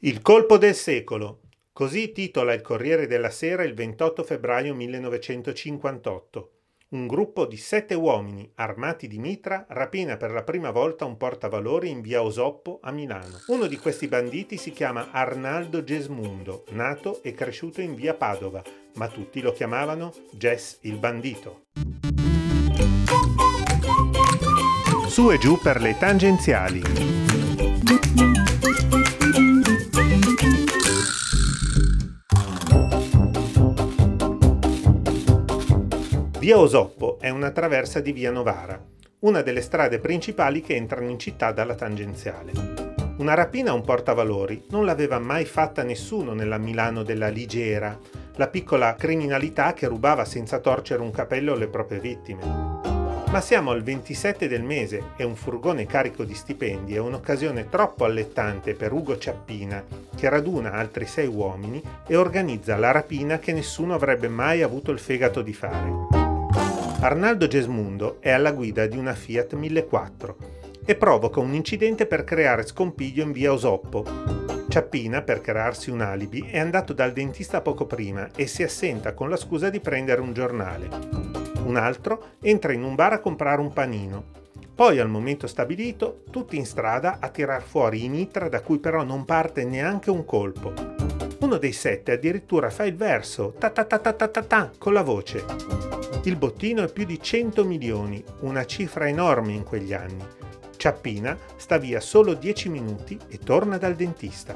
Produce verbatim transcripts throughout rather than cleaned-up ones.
Il colpo del secolo. Così titola il Corriere della Sera il ventotto febbraio millenovecentocinquantotto. Un gruppo di sette uomini, armati di mitra, rapina per la prima volta un portavalori in via Osoppo a Milano. Uno di questi banditi si chiama Arnaldo Gesmundo, nato e cresciuto in via Padova, ma tutti lo chiamavano Ges il bandito. Su e giù per le tangenziali. Via Osoppo è una traversa di via Novara, una delle strade principali che entrano in città dalla tangenziale. Una rapina a un portavalori non l'aveva mai fatta nessuno nella Milano della Ligera, la piccola criminalità che rubava senza torcere un capello alle proprie vittime. Ma siamo al ventisette del mese e un furgone carico di stipendi è un'occasione troppo allettante per Ugo Ciappina, che raduna altri sei uomini e organizza la rapina che nessuno avrebbe mai avuto il fegato di fare. Arnaldo Gesmundo è alla guida di una Fiat millequattrocento e provoca un incidente per creare scompiglio in via Osoppo. Ciappina, per crearsi un alibi, è andato dal dentista poco prima e si assenta con la scusa di prendere un giornale. Un altro entra in un bar a comprare un panino. Poi, al momento stabilito, tutti in strada a tirar fuori i mitra da cui però non parte neanche un colpo. Uno dei sette addirittura fa il verso ta ta ta ta ta ta ta con la voce. Il bottino è più di cento milioni, una cifra enorme in quegli anni. Ciappina sta via solo dieci minuti e torna dal dentista.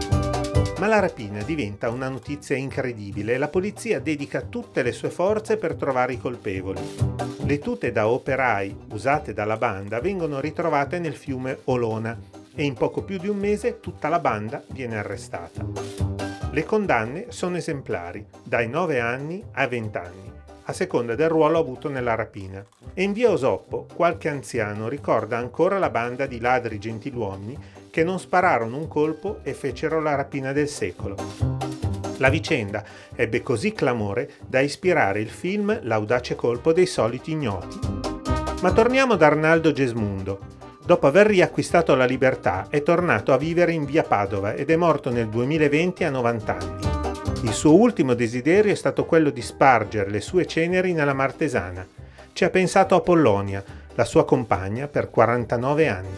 Ma la rapina diventa una notizia incredibile e la polizia dedica tutte le sue forze per trovare i colpevoli. Le tute da operai usate dalla banda vengono ritrovate nel fiume Olona e in poco più di un mese tutta la banda viene arrestata. Le condanne sono esemplari, dai nove anni ai venti anni, a seconda del ruolo avuto nella rapina. E in via Osoppo qualche anziano ricorda ancora la banda di ladri gentiluomini che non spararono un colpo e fecero la rapina del secolo. La vicenda ebbe così clamore da ispirare il film L'audace colpo dei soliti ignoti. Ma torniamo ad Arnaldo Gesmundo. Dopo aver riacquistato la libertà è tornato a vivere in via Padova ed è morto nel duemilaventi a novanta anni. Il suo ultimo desiderio è stato quello di spargere le sue ceneri nella Martesana. Ci ha pensato Apollonia, la sua compagna per quarantanove anni.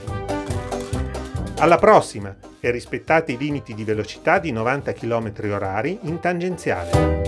Alla prossima e rispettate i limiti di velocità di novanta chilometri orari in tangenziale.